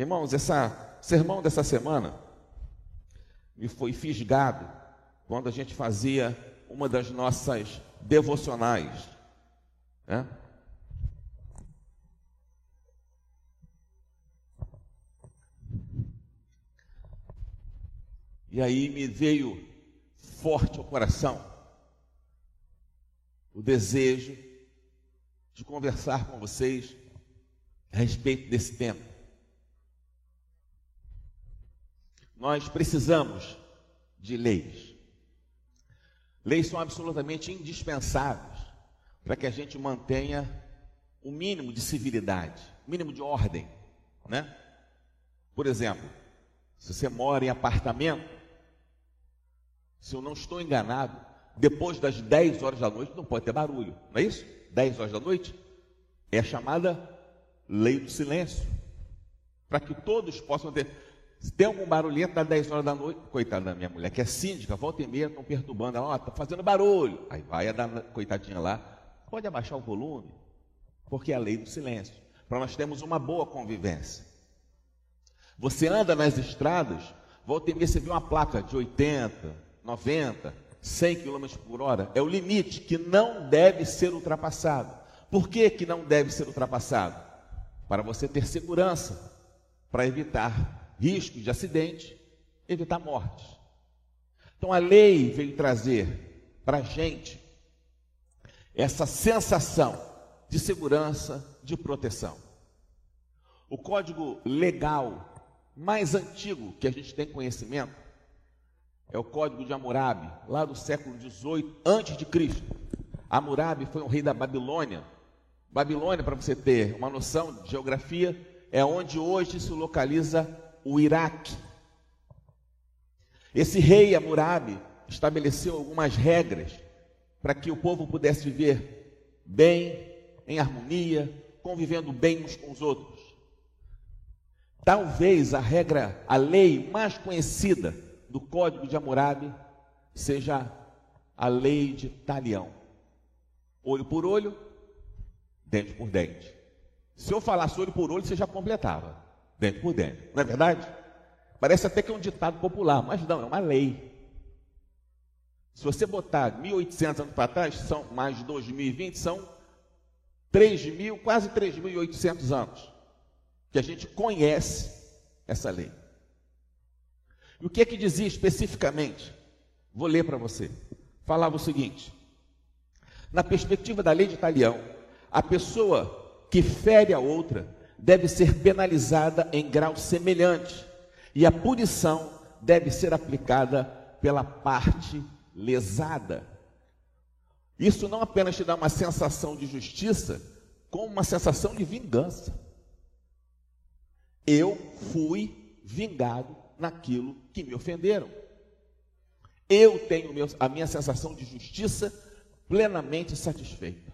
Irmãos, esse sermão dessa semana me foi fisgado quando a gente fazia uma das nossas devocionais, né? E aí me veio forte ao coração o desejo de conversar com vocês a respeito desse tema. Nós precisamos de leis. Leis são absolutamente indispensáveis para que a gente mantenha o mínimo de civilidade, o mínimo de ordem, né? Por exemplo, se você mora em apartamento, se eu não estou enganado, depois das 10 horas da noite não pode ter barulho, não é isso? 10 horas da noite é a chamada lei do silêncio, para que todos possam ter. Se tem algum barulhento das 10 horas da noite, coitada da minha mulher, que é síndica, volta e meia, estão perturbando ela, está fazendo barulho. Aí vai a coitadinha lá, pode abaixar o volume, porque é a lei do silêncio, para nós termos uma boa convivência. Você anda nas estradas, volta e meia você vê uma placa de 80, 90, 100 km por hora, é o limite que não deve ser ultrapassado. Por que não deve ser ultrapassado? Para você ter segurança, para evitar riscos de acidente, evitar mortes. Então a lei veio trazer para a gente essa sensação de segurança, de proteção. O código legal mais antigo que a gente tem conhecimento é o Código de Hammurabi, lá do século XVIII a.C. Hammurabi foi um rei da Babilônia. Babilônia, para você ter uma noção de geografia, é onde hoje se localiza o Iraque. Esse rei Hammurabi estabeleceu algumas regras para que o povo pudesse viver bem, em harmonia, convivendo bem uns com os outros. Talvez a lei mais conhecida do Código de Hammurabi seja a lei de Talião. Olho por olho, dente por dente. Se eu falasse olho por olho, você já completava. Dente por dente. Não é verdade? Parece até que é um ditado popular, mas não, é uma lei. Se você botar 1.800 anos para trás, são mais de 2020, são 3.000, quase 3.800 anos que a gente conhece essa lei. E o que é que dizia especificamente? Vou ler para você. Falava o seguinte: na perspectiva da lei de Talião, a pessoa que fere a outra deve ser penalizada em grau semelhante, e a punição deve ser aplicada pela parte lesada. Isso não apenas te dá uma sensação de justiça, como uma sensação de vingança. Eu fui vingado naquilo que me ofenderam. Eu tenho a minha sensação de justiça plenamente satisfeita.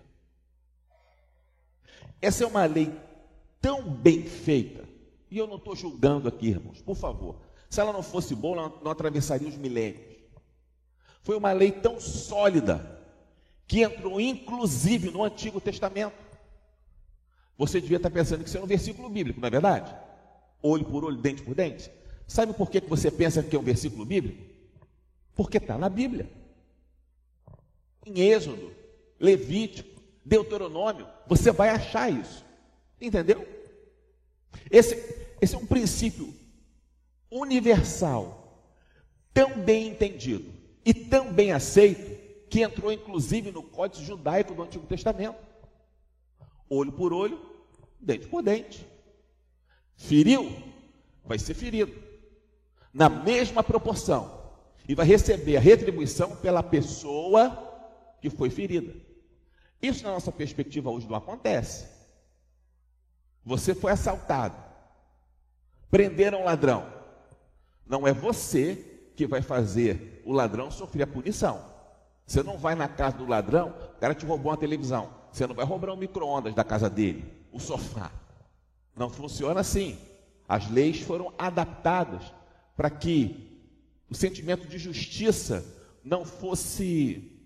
Essa é uma lei tão bem feita, e eu não estou julgando aqui, irmãos, por favor. Se ela não fosse boa, não atravessaria os milênios. Foi uma lei tão sólida, que entrou inclusive no Antigo Testamento. Você devia estar pensando que isso é um versículo bíblico, não é verdade? Olho por olho, dente por dente. Sabe por que você pensa que é um versículo bíblico? Porque está na Bíblia. Em Êxodo, Levítico, Deuteronômio, você vai achar isso. Entendeu? Esse é um princípio universal, tão bem entendido e tão bem aceito, que entrou inclusive no Código Judaico do Antigo Testamento. Olho por olho, dente por dente. Feriu, vai ser ferido na mesma proporção, e vai receber a retribuição pela pessoa que foi ferida. Isso na nossa perspectiva hoje não acontece. Você foi assaltado, prenderam um ladrão, não é você que vai fazer o ladrão sofrer a punição. Você não vai na casa do ladrão, o cara te roubou uma televisão, você não vai roubar um micro-ondas da casa dele, o sofá. Não funciona assim. As leis foram adaptadas para que o sentimento de justiça não fosse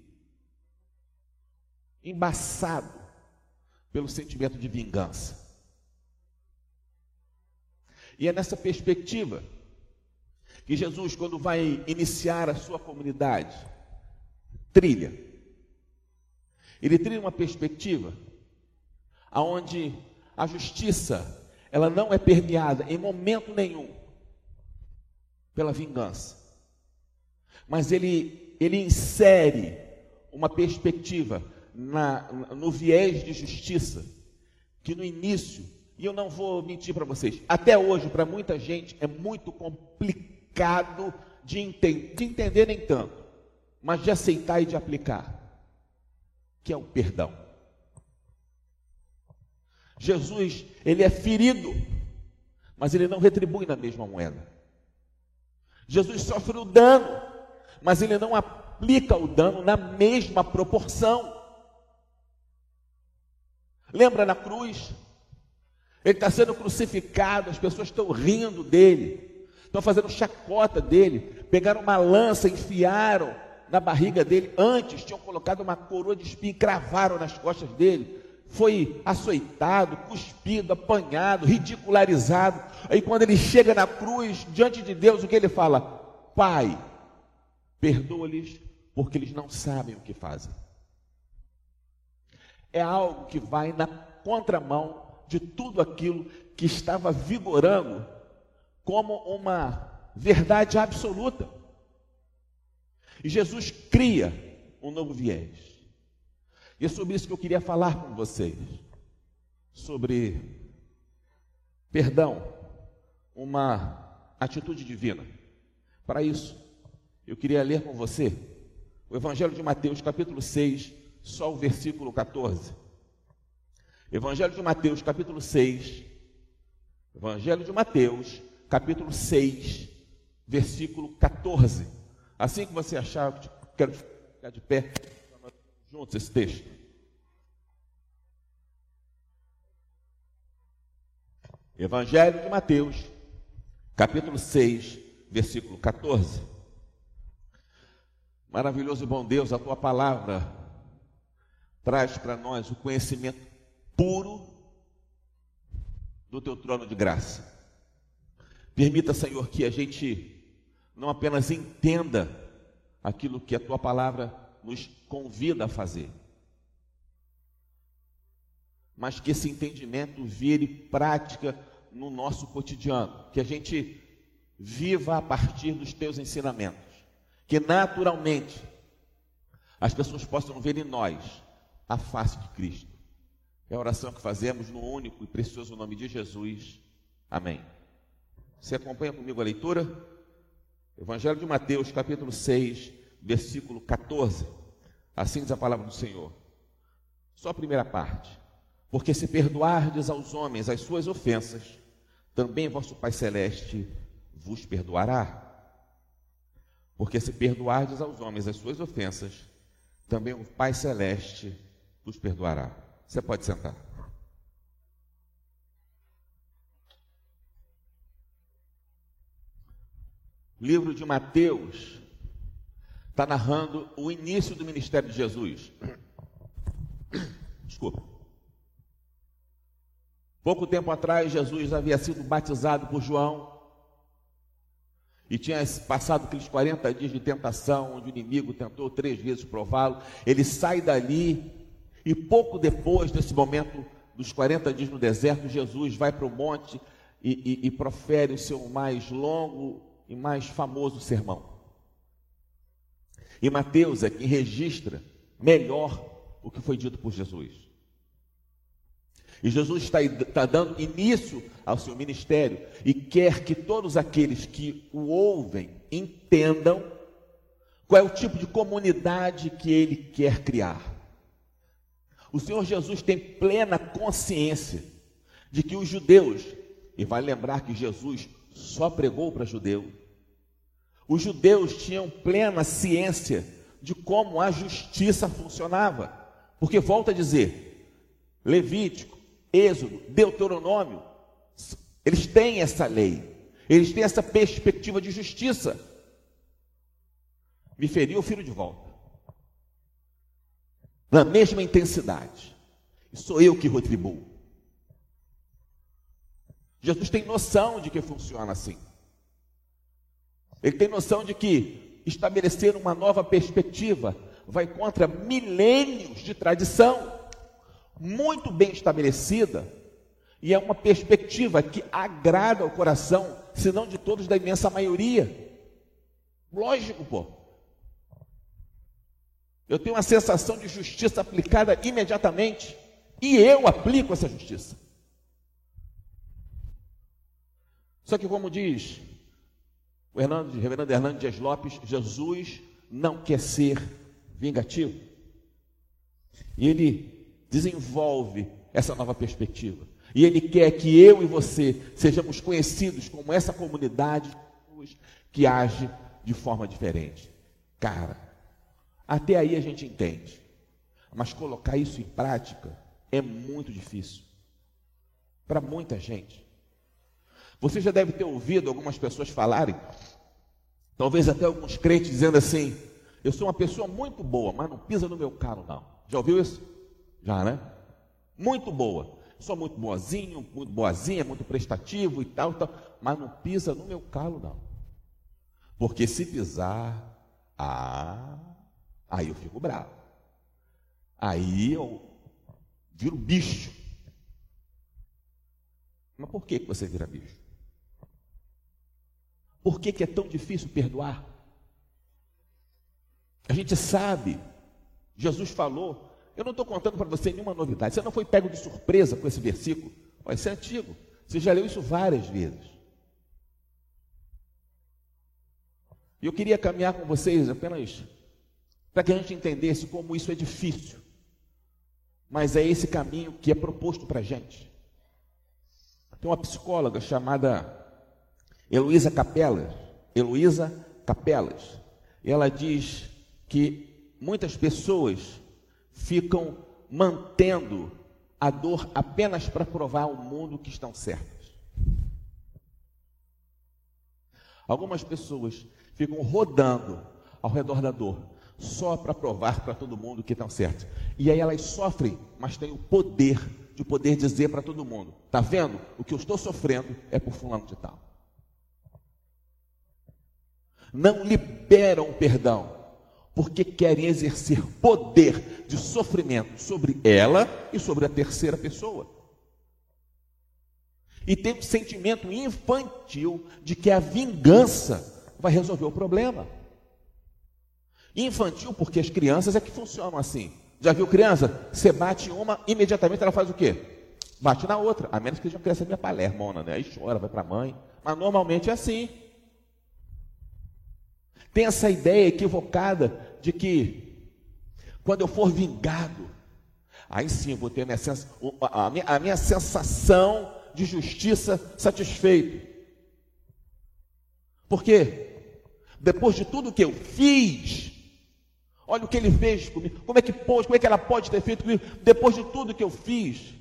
embaçado pelo sentimento de vingança. E é nessa perspectiva que Jesus, quando vai iniciar a sua comunidade, trilha. Ele trilha uma perspectiva onde a justiça, ela não é permeada em momento nenhum pela vingança. Mas ele insere uma perspectiva no viés de justiça, que no início, e eu não vou mentir para vocês, até hoje, para muita gente, é muito complicado de entender nem tanto, mas de aceitar e de aplicar, que é o perdão. Jesus, ele é ferido, mas ele não retribui na mesma moeda. Jesus sofre o dano, mas ele não aplica o dano na mesma proporção. Lembra na cruz? Ele está sendo crucificado, as pessoas estão rindo dele, estão fazendo chacota dele, pegaram uma lança, enfiaram na barriga dele, antes tinham colocado uma coroa de espinho e cravaram nas costas dele, foi açoitado, cuspido, apanhado, ridicularizado. Aí quando ele chega na cruz, diante de Deus, o que ele fala? Pai, perdoa-lhes, porque eles não sabem o que fazem. É algo que vai na contramão de tudo aquilo que estava vigorando como uma verdade absoluta. E Jesus cria um novo viés. E é sobre isso que eu queria falar com vocês. Sobre perdão, uma atitude divina. Para isso, eu queria ler com você o Evangelho de Mateus, capítulo 6, só o versículo 14. Evangelho de Mateus, capítulo 6. Evangelho de Mateus, capítulo 6, versículo 14. Assim que você achar, eu quero ficar de pé, juntos esse texto. Evangelho de Mateus, capítulo 6, versículo 14. Maravilhoso e bom Deus, a tua palavra traz para nós o conhecimento puro do teu trono de graça. Permita, Senhor, que a gente não apenas entenda aquilo que a tua palavra nos convida a fazer, mas que esse entendimento vire prática no nosso cotidiano, que a gente viva a partir dos teus ensinamentos, que naturalmente as pessoas possam ver em nós a face de Cristo. É a oração que fazemos no único e precioso nome de Jesus. Amém. Você acompanha comigo a leitura? Evangelho de Mateus, capítulo 6, versículo 14. Assim diz a palavra do Senhor. Só a primeira parte. Porque se perdoardes aos homens as suas ofensas, também vosso Pai Celeste vos perdoará. Porque se perdoardes aos homens as suas ofensas, também o Pai Celeste vos perdoará. Você pode sentar. O livro de Mateus está narrando o início do ministério de Jesus. Desculpa. Pouco tempo atrás, Jesus havia sido batizado por João e tinha passado aqueles 40 dias de tentação, onde o inimigo tentou 3 vezes prová-lo. Ele sai dali e pouco depois desse momento dos 40 dias no deserto, Jesus vai para o monte e profere o seu mais longo e mais famoso sermão. E Mateus é quem registra melhor o que foi dito por Jesus. E Jesus está dando início ao seu ministério e quer que todos aqueles que o ouvem entendam qual é o tipo de comunidade que ele quer criar. O Senhor Jesus tem plena consciência de que os judeus, e vai lembrar que Jesus só pregou para judeus, os judeus tinham plena ciência de como a justiça funcionava, porque, volto a dizer, Levítico, Êxodo, Deuteronômio, eles têm essa lei, eles têm essa perspectiva de justiça. Me feriu, eu firo de volta, na mesma intensidade, e sou eu que retribuo. Jesus tem noção de que funciona assim. Ele tem noção de que estabelecer uma nova perspectiva vai contra milênios de tradição, muito bem estabelecida, e é uma perspectiva que agrada ao coração, se não de todos, da imensa maioria. Lógico, pô. Eu tenho uma sensação de justiça aplicada imediatamente, e eu aplico essa justiça. Só que, como diz o reverendo Hernando Dias Lopes, Jesus não quer ser vingativo. E ele desenvolve essa nova perspectiva. E ele quer que eu e você sejamos conhecidos como essa comunidade de pessoas que age de forma diferente. Cara, até aí a gente entende. Mas colocar isso em prática é muito difícil. Para muita gente. Você já deve ter ouvido algumas pessoas falarem, talvez até alguns crentes dizendo assim: eu sou uma pessoa muito boa, mas não pisa no meu calo, não. Já ouviu isso? Já, né? Muito boa. Sou muito boazinho, muito boazinha, muito prestativo e tal, mas não pisa no meu calo, não. Porque se pisar, aí eu fico bravo. Aí eu viro bicho. Mas por que você vira bicho? Por que é tão difícil perdoar? A gente sabe, Jesus falou, eu não estou contando para você nenhuma novidade, você não foi pego de surpresa com esse versículo. Olha, isso é antigo, você já leu isso várias vezes. E eu queria caminhar com vocês apenas para que a gente entendesse como isso é difícil, mas é esse caminho que é proposto para a gente. Tem uma psicóloga chamada Heloísa Capelas, e ela diz que muitas pessoas ficam mantendo a dor apenas para provar ao mundo que estão certas. Algumas pessoas ficam rodando ao redor da dor, só para provar para todo mundo que estão certos. E aí elas sofrem, mas têm o poder de poder dizer para todo mundo: está vendo? O que eu estou sofrendo é por fulano de tal. Não liberam perdão, porque querem exercer poder de sofrimento sobre ela e sobre a terceira pessoa. E tem um sentimento infantil de que a vingança vai resolver o problema. Infantil porque as crianças é que funcionam assim. Já viu criança? Você bate em uma, imediatamente ela faz o quê? Bate na outra, a menos que seja uma criança meio palermona, né? Aí chora, vai para a mãe. Mas normalmente é assim. Tem essa ideia equivocada de que quando eu for vingado, aí sim eu vou ter a minha sensação de justiça satisfeita. Por quê? Depois de tudo que eu fiz, olha o que ele fez comigo, como é que ela pode ter feito comigo, depois de tudo que eu fiz.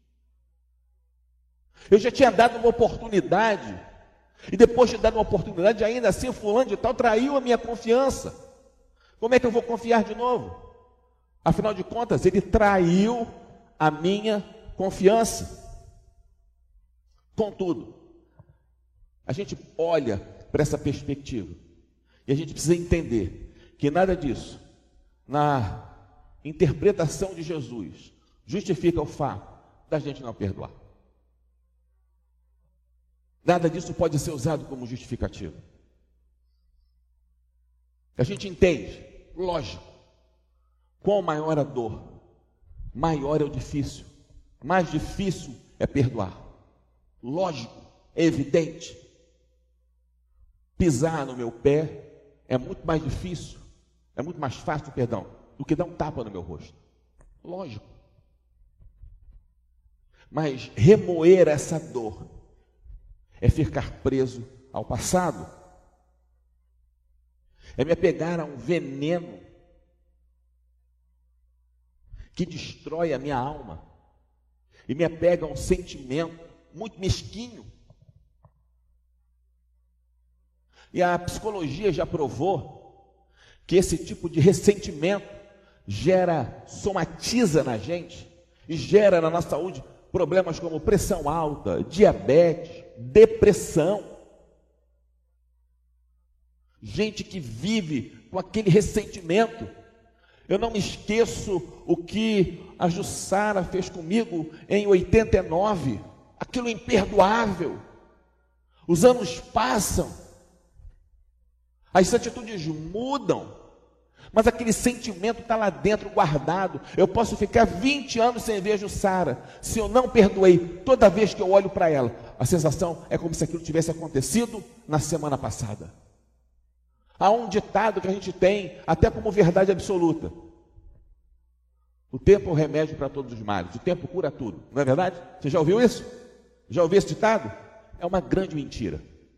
Eu já tinha dado uma oportunidade, e depois de dar uma oportunidade, ainda assim, fulano de tal traiu a minha confiança. Como é que eu vou confiar de novo? Afinal de contas, ele traiu a minha confiança. Contudo, a gente olha para essa perspectiva e a gente precisa entender que nada disso, na interpretação de Jesus, justifica o fato da gente não perdoar. Nada disso pode ser usado como justificativo. A gente entende, lógico, quanto maior a dor, maior é o difícil, mais difícil é perdoar. Lógico, é evidente. Pisar no meu pé é muito mais difícil, é muito mais fácil, perdão, do que dar um tapa no meu rosto. Lógico. Mas remoer essa dor é ficar preso ao passado, é me apegar a um veneno que destrói a minha alma e me apega a um sentimento muito mesquinho. E a psicologia já provou que esse tipo de ressentimento somatiza na gente e gera na nossa saúde problemas como pressão alta, diabetes, depressão. Gente que vive com aquele ressentimento. Eu não me esqueço o que a Jussara fez comigo em 89, aquilo imperdoável. Os anos passam, as atitudes mudam, mas aquele sentimento está lá dentro guardado. Eu posso ficar 20 anos sem ver a Jussara, se eu não perdoei, toda vez que eu olho para ela, a sensação é como se aquilo tivesse acontecido na semana passada. Há um ditado que a gente tem até como verdade absoluta: o tempo é o remédio para todos os males, o tempo cura tudo, não é verdade? Você já ouviu isso? Já ouviu esse ditado? É uma grande mentira.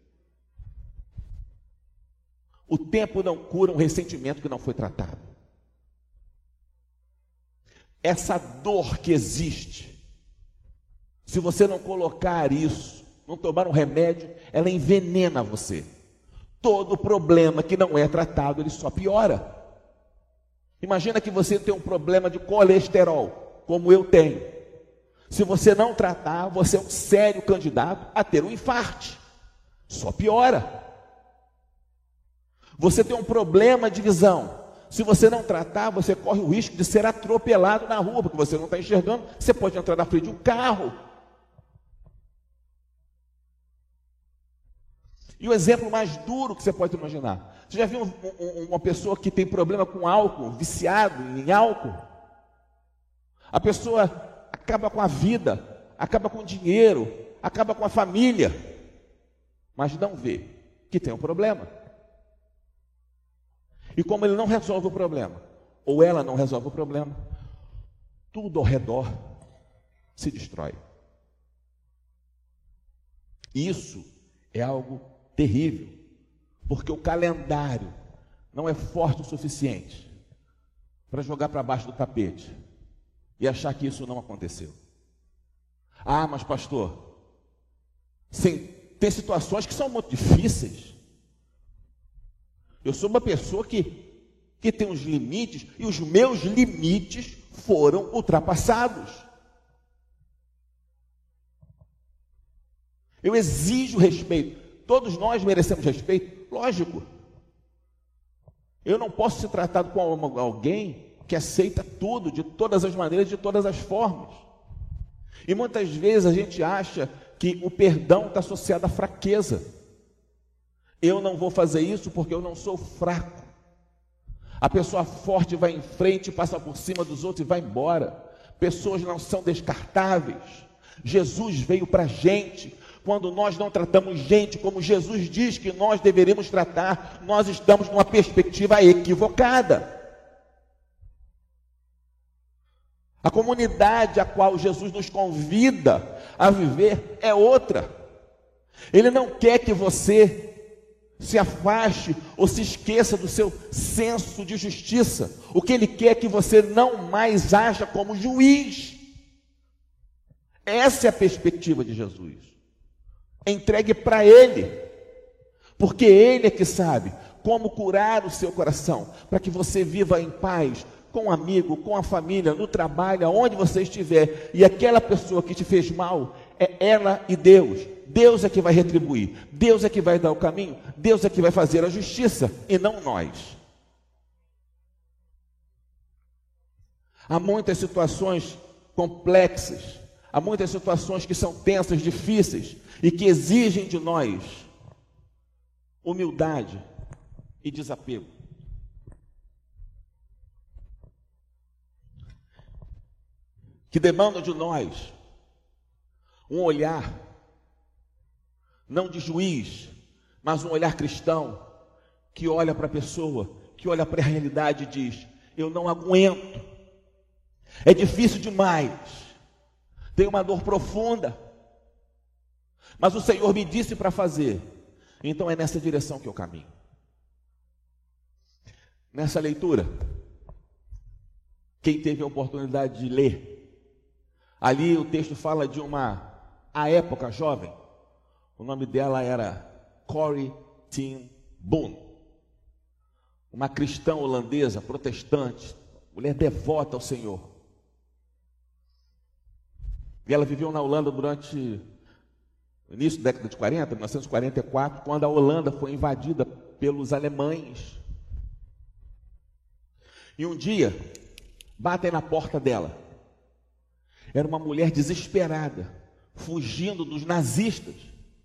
O tempo não cura um ressentimento que não foi tratado. Essa dor que existe, se você não colocar isso, não tomar um remédio, ela envenena você. Todo problema que não é tratado, ele só piora. Imagina que você tem um problema de colesterol, como eu tenho. Se você não tratar, você é um sério candidato a ter um infarto. Só piora. Você tem um problema de visão. Se você não tratar, você corre o risco de ser atropelado na rua, porque você não está enxergando, você pode entrar na frente de um carro. E o exemplo mais duro que você pode imaginar. Você já viu uma pessoa que tem problema com álcool, viciado em álcool? A pessoa acaba com a vida, acaba com o dinheiro, acaba com a família, mas não vê que tem um problema. E como ele não resolve o problema, ou ela não resolve o problema, tudo ao redor se destrói. Isso é algo terrível, porque o calendário não é forte o suficiente para jogar para baixo do tapete e achar que isso não aconteceu. Ah, mas pastor, tem situações que são muito difíceis. Eu sou uma pessoa que tem uns limites, e os meus limites foram ultrapassados. Eu exijo respeito. Todos nós merecemos respeito, lógico. Eu não posso ser tratado como alguém que aceita tudo, de todas as maneiras, de todas as formas. E muitas vezes a gente acha que o perdão está associado à fraqueza. Eu não vou fazer isso porque eu não sou fraco. A pessoa forte vai em frente, passa por cima dos outros e vai embora. Pessoas não são descartáveis. Jesus veio para a gente. Quando nós não tratamos gente como Jesus diz que nós deveríamos tratar, nós estamos numa perspectiva equivocada. A comunidade a qual Jesus nos convida a viver é outra. Ele não quer que você se afaste ou se esqueça do seu senso de justiça. O que ele quer é que você não mais haja como juiz. Essa é a perspectiva de Jesus. Entregue para ele, porque ele é que sabe como curar o seu coração, para que você viva em paz, com um amigo, com a família, no trabalho, aonde você estiver, e aquela pessoa que te fez mal, é ela e Deus. Deus é que vai retribuir, Deus é que vai dar o caminho, Deus é que vai fazer a justiça, e não nós. Há muitas situações complexas, há muitas situações que são tensas, difíceis, e que exigem de nós humildade e desapego. Que demandam de nós um olhar, não de juiz, mas um olhar cristão, que olha para a pessoa, que olha para a realidade e diz: eu não aguento, é difícil demais, tenho uma dor profunda, mas o Senhor me disse para fazer, então é nessa direção que eu caminho. Nessa leitura, quem teve a oportunidade de ler, ali o texto fala de à época, jovem, o nome dela era Corrie ten Boom, uma cristã holandesa, protestante, mulher devota ao Senhor. E ela viveu na Holanda durante o início da década de 40, 1944, quando a Holanda foi invadida pelos alemães. E um dia, batem na porta dela. Era uma mulher desesperada, fugindo dos nazistas.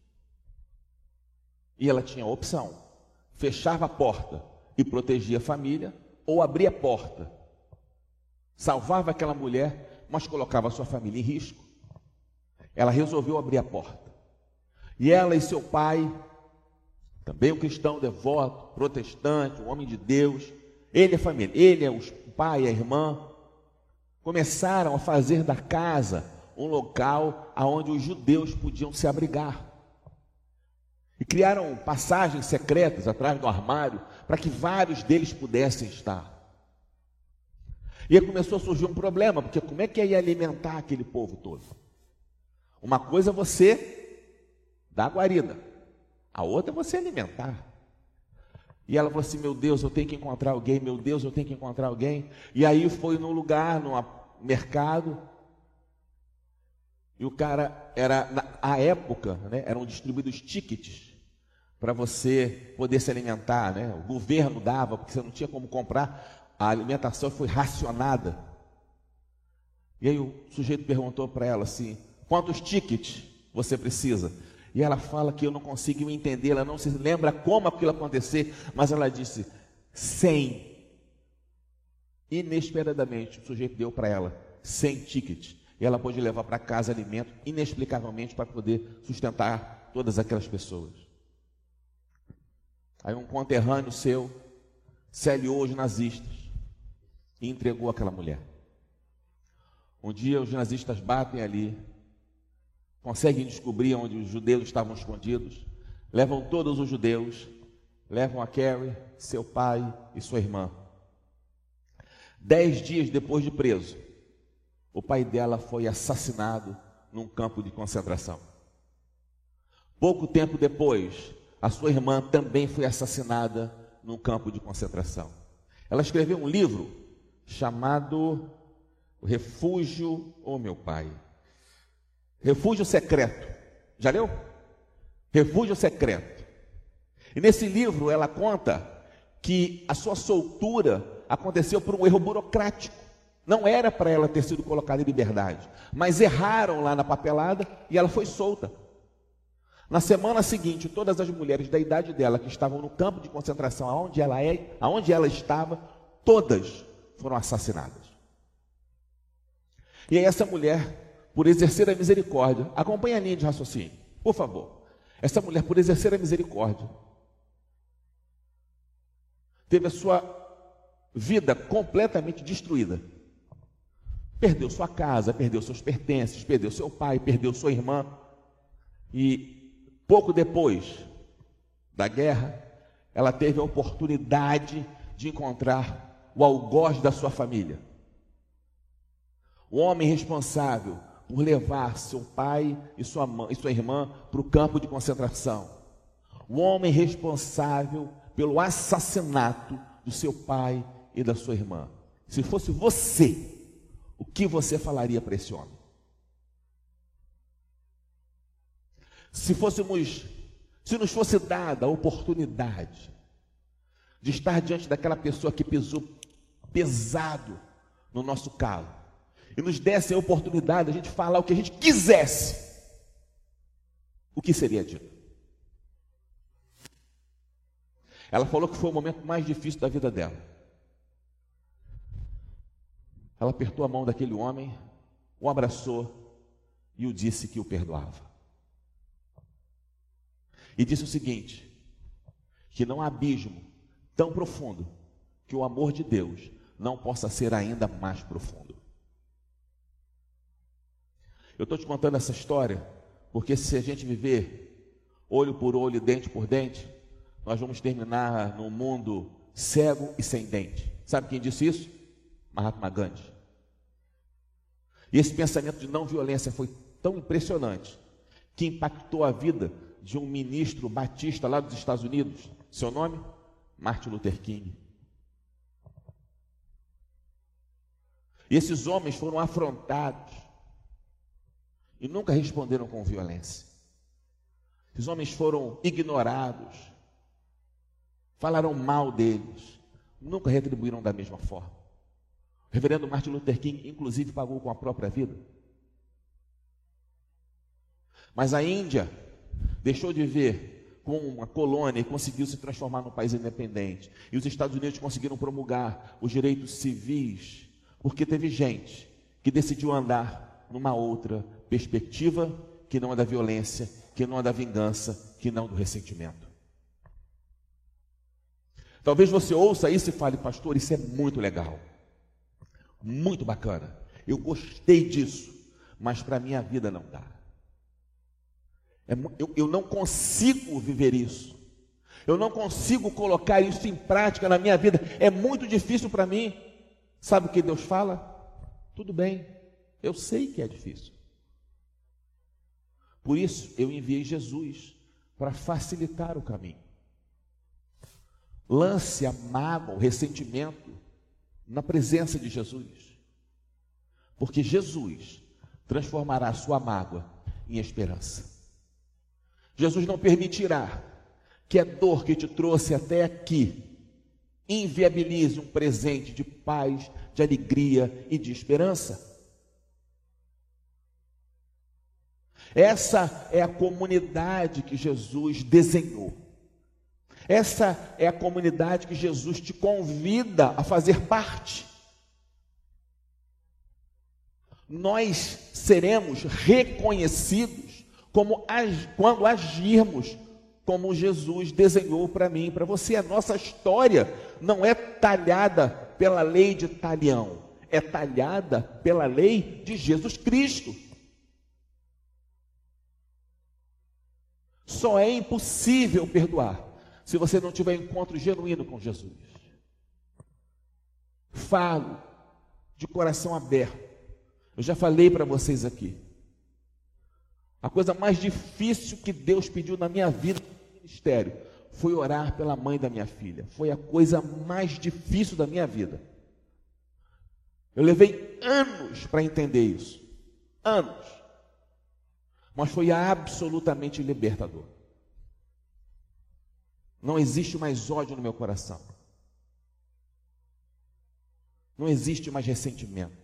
E ela tinha a opção: fechava a porta e protegia a família, ou abria a porta, salvava aquela mulher, mas colocava a sua família em risco. Ela resolveu abrir a porta. E ela e seu pai, também um cristão devoto, protestante, um homem de Deus, ele e a família, ele, o pai e a irmã, começaram a fazer da casa um local onde os judeus podiam se abrigar. E criaram passagens secretas atrás do armário para que vários deles pudessem estar. E aí começou a surgir um problema, porque como é que ia alimentar aquele povo todo? Uma coisa é você dar guarida, a outra é você alimentar. E ela falou assim: meu Deus, eu tenho que encontrar alguém, meu Deus, eu tenho que encontrar alguém. E aí foi num lugar, num mercado, e o cara à época, né, eram distribuídos tickets para você poder se alimentar, né? O governo dava, porque você não tinha como comprar, a alimentação foi racionada. E aí o sujeito perguntou para ela assim: quantos tickets você precisa? E ela fala que eu não consigo entender, ela não se lembra como aquilo acontecer, mas ela disse 100. Inesperadamente, o sujeito deu para ela 100 tickets. E ela pôde levar para casa alimento, inexplicavelmente, para poder sustentar todas aquelas pessoas. Aí um conterrâneo seu se aliou aos nazistas e entregou aquela mulher. Um dia os nazistas batem ali, conseguem descobrir onde os judeus estavam escondidos, levam todos os judeus, levam a Carrie, seu pai e sua irmã. 10 dias depois de preso, o pai dela foi assassinado num campo de concentração. Pouco tempo depois, a sua irmã também foi assassinada num campo de concentração. Ela escreveu um livro chamado O Refúgio, meu pai, Refúgio Secreto. Já leu? Refúgio Secreto. E nesse livro ela conta que a sua soltura aconteceu por um erro burocrático. Não era para ela ter sido colocada em liberdade, mas erraram lá na papelada e ela foi solta. Na semana seguinte, todas as mulheres da idade dela que estavam no campo de concentração, aonde ela estava, todas foram assassinadas. E aí essa mulher, por exercer a misericórdia, acompanha a linha de raciocínio, por favor. Essa mulher, por exercer a misericórdia, teve a sua vida completamente destruída. Perdeu sua casa, perdeu seus pertences, perdeu seu pai, perdeu sua irmã. E pouco depois da guerra, ela teve a oportunidade de encontrar o algoz da sua família. O homem responsável por levar seu pai e sua irmã para o campo de concentração. O homem responsável pelo assassinato do seu pai e da sua irmã. Se fosse você, o que você falaria para esse homem? Se nos fosse dada a oportunidade de estar diante daquela pessoa que pisou pesado no nosso calo, e nos desse a oportunidade de a gente falar o que a gente quisesse, o que seria dito? Ela falou que foi o momento mais difícil da vida dela. Ela apertou a mão daquele homem, o abraçou e o disse que o perdoava. E disse o seguinte, que não há abismo tão profundo que o amor de Deus não possa ser ainda mais profundo. Eu estou te contando essa história porque se a gente viver olho por olho, dente por dente, nós vamos terminar num mundo cego e sem dente. Sabe quem disse isso? Mahatma Gandhi. E esse pensamento de não violência foi tão impressionante que impactou a vida de um ministro batista lá dos Estados Unidos. Seu nome? Martin Luther King. E esses homens foram afrontados e nunca responderam com violência. Esses homens foram ignorados, falaram mal deles, nunca retribuíram da mesma forma. O reverendo Martin Luther King, inclusive, pagou com a própria vida. Mas a Índia deixou de ver como uma colônia e conseguiu se transformar num país independente. E os Estados Unidos conseguiram promulgar os direitos civis, porque teve gente que decidiu andar numa outra perspectiva, que não é da violência, que não é da vingança, que não do ressentimento. Talvez você ouça isso e fale: pastor, isso é muito legal, muito bacana, eu gostei disso, mas para a minha vida não dá. Eu não consigo viver isso, eu não consigo colocar isso em prática na minha vida, é muito difícil para mim. Sabe o que Deus fala? Tudo bem, eu sei que é difícil. Por isso eu enviei Jesus para facilitar o caminho. Lance a mágoa, o ressentimento na presença de Jesus, porque Jesus transformará a sua mágoa em esperança. Jesus não permitirá que a dor que te trouxe até aqui inviabilize um presente de paz, de alegria e de esperança. Essa é a comunidade que Jesus desenhou. Essa é a comunidade que Jesus te convida a fazer parte. Nós seremos reconhecidos quando agirmos como Jesus desenhou para mim e para você. A nossa história não é talhada pela lei de Talião, é talhada pela lei de Jesus Cristo. Só é impossível perdoar se você não tiver encontro genuíno com Jesus. Falo de coração aberto. Eu já falei para vocês aqui. A coisa mais difícil que Deus pediu na minha vida, no ministério, foi orar pela mãe da minha filha. Foi a coisa mais difícil da minha vida. Eu levei anos para entender isso. Anos. Mas foi absolutamente libertador. Não existe mais ódio no meu coração. Não existe mais ressentimento.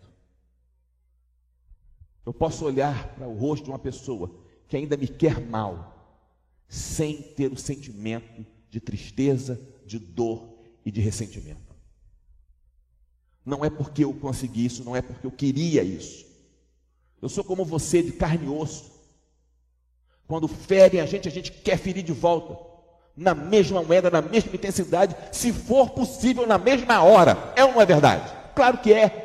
Eu posso olhar para o rosto de uma pessoa que ainda me quer mal, sem ter o sentimento de tristeza, de dor e de ressentimento. Não é porque eu consegui isso, não é porque eu queria isso. Eu sou como você, de carne e osso. Quando ferem a gente quer ferir de volta, na mesma moeda, na mesma intensidade, se for possível, na mesma hora. É ou não é verdade? Claro que é.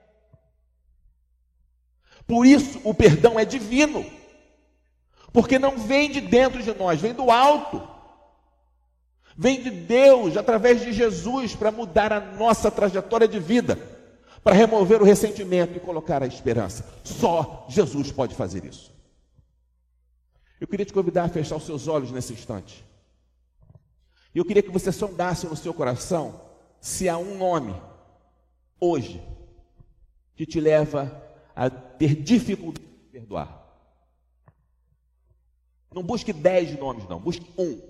Por isso o perdão é divino, porque não vem de dentro de nós, vem do alto, vem de Deus, através de Jesus, para mudar a nossa trajetória de vida, para remover o ressentimento e colocar a esperança. Só Jesus pode fazer isso. Eu queria te convidar a fechar os seus olhos nesse instante, e eu queria que você sondasse no seu coração se há um nome hoje que te leva a ter dificuldade de perdoar. Não busque 10 nomes, não. Busque um.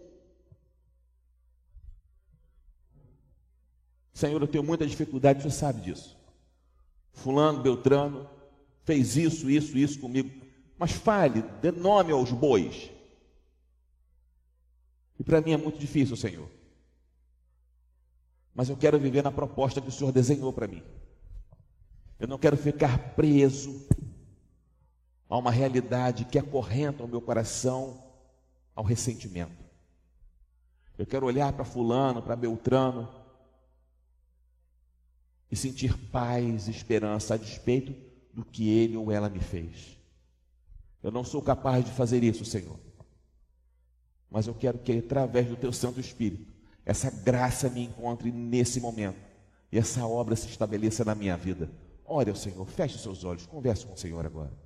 Senhor, eu tenho muita dificuldade, você sabe disso. Fulano, Beltrano, fez isso comigo. Mas fale, dê nome aos bois. E para mim é muito difícil, Senhor. Mas eu quero viver na proposta que o Senhor desenhou para mim. Eu não quero ficar preso a uma realidade que acorrenta o meu coração ao ressentimento. Eu quero olhar para fulano, para Beltrano e sentir paz e esperança a despeito do que ele ou ela me fez. Eu não sou capaz de fazer isso, Senhor. Mas eu quero que, através do Teu Santo Espírito, essa graça me encontre nesse momento e essa obra se estabeleça na minha vida. Ore ao Senhor, feche os seus olhos, converse com o Senhor agora.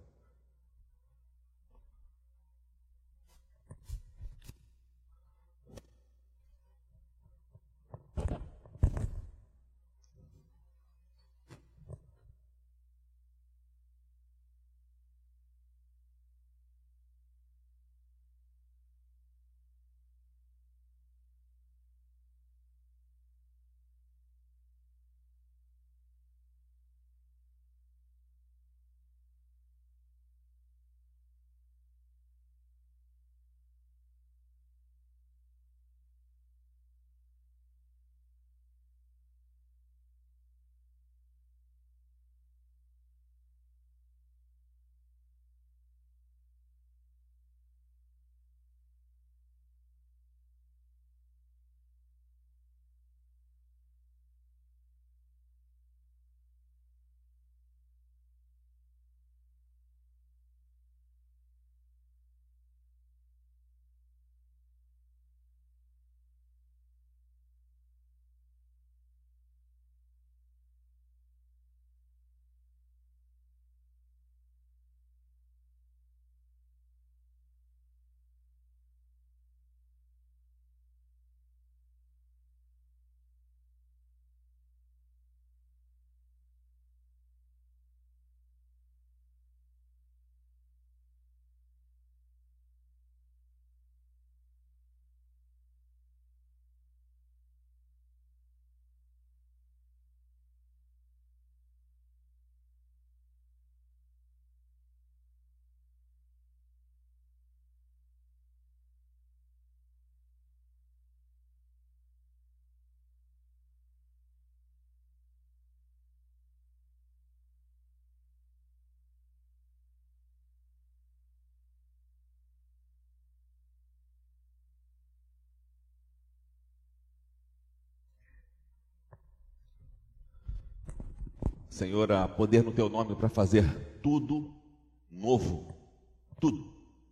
Senhor, há poder no teu nome para fazer tudo novo. Tudo.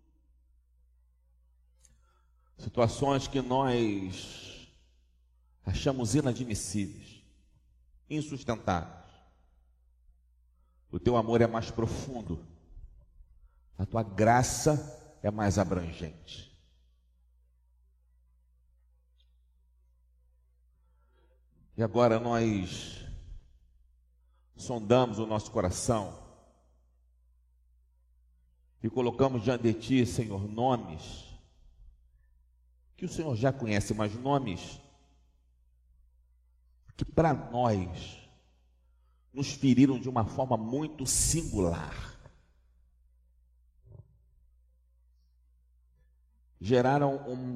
Situações que nós achamos inadmissíveis, insustentáveis. O teu amor é mais profundo. A tua graça é mais abrangente. E agora nós sondamos o nosso coração e colocamos diante de Ti, Senhor, nomes que o Senhor já conhece, mas nomes que para nós nos feriram de uma forma muito singular. Geraram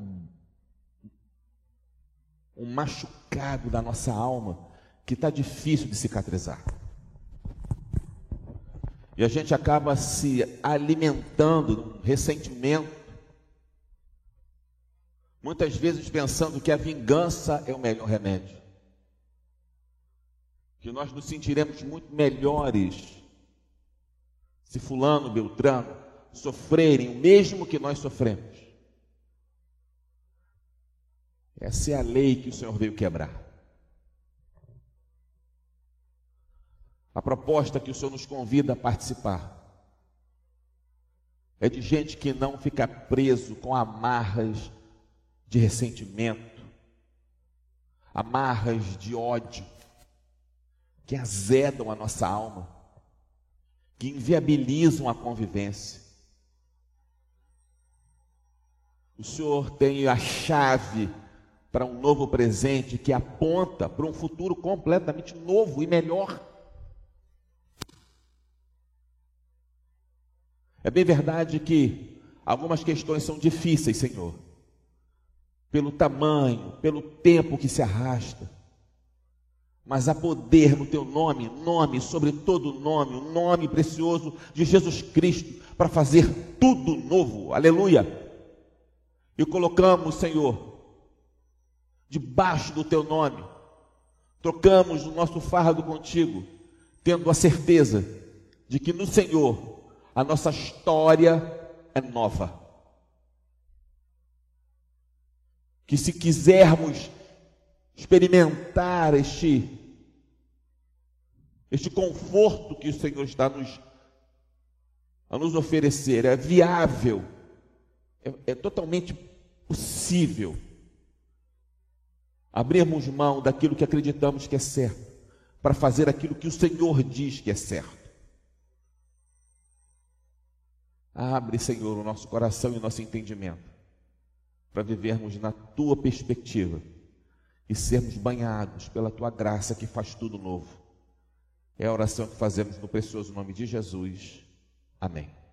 um machucado da nossa alma que está difícil de cicatrizar. E a gente acaba se alimentando de um ressentimento, muitas vezes pensando que a vingança é o melhor remédio, que nós nos sentiremos muito melhores se fulano, beltrano sofrerem o mesmo que nós sofremos. Essa é a lei que o Senhor veio quebrar. A proposta que o Senhor nos convida a participar é de gente que não fica preso com amarras de ressentimento, amarras de ódio, que azedam a nossa alma, que inviabilizam a convivência. O Senhor tem a chave para um novo presente que aponta para um futuro completamente novo e melhor. É bem verdade que algumas questões são difíceis, Senhor, pelo tamanho, pelo tempo que se arrasta, mas há poder no Teu nome, nome sobre todo nome, o nome precioso de Jesus Cristo, para fazer tudo novo, aleluia. E colocamos, Senhor, debaixo do Teu nome, trocamos o nosso fardo contigo, tendo a certeza de que no Senhor a nossa história é nova. Que se quisermos experimentar este conforto que o Senhor está a nos oferecer, é viável, é totalmente possível abrirmos mão daquilo que acreditamos que é certo, para fazer aquilo que o Senhor diz que é certo. Abre, Senhor, o nosso coração e o nosso entendimento, para vivermos na Tua perspectiva e sermos banhados pela Tua graça que faz tudo novo. É a oração que fazemos no precioso nome de Jesus. Amém.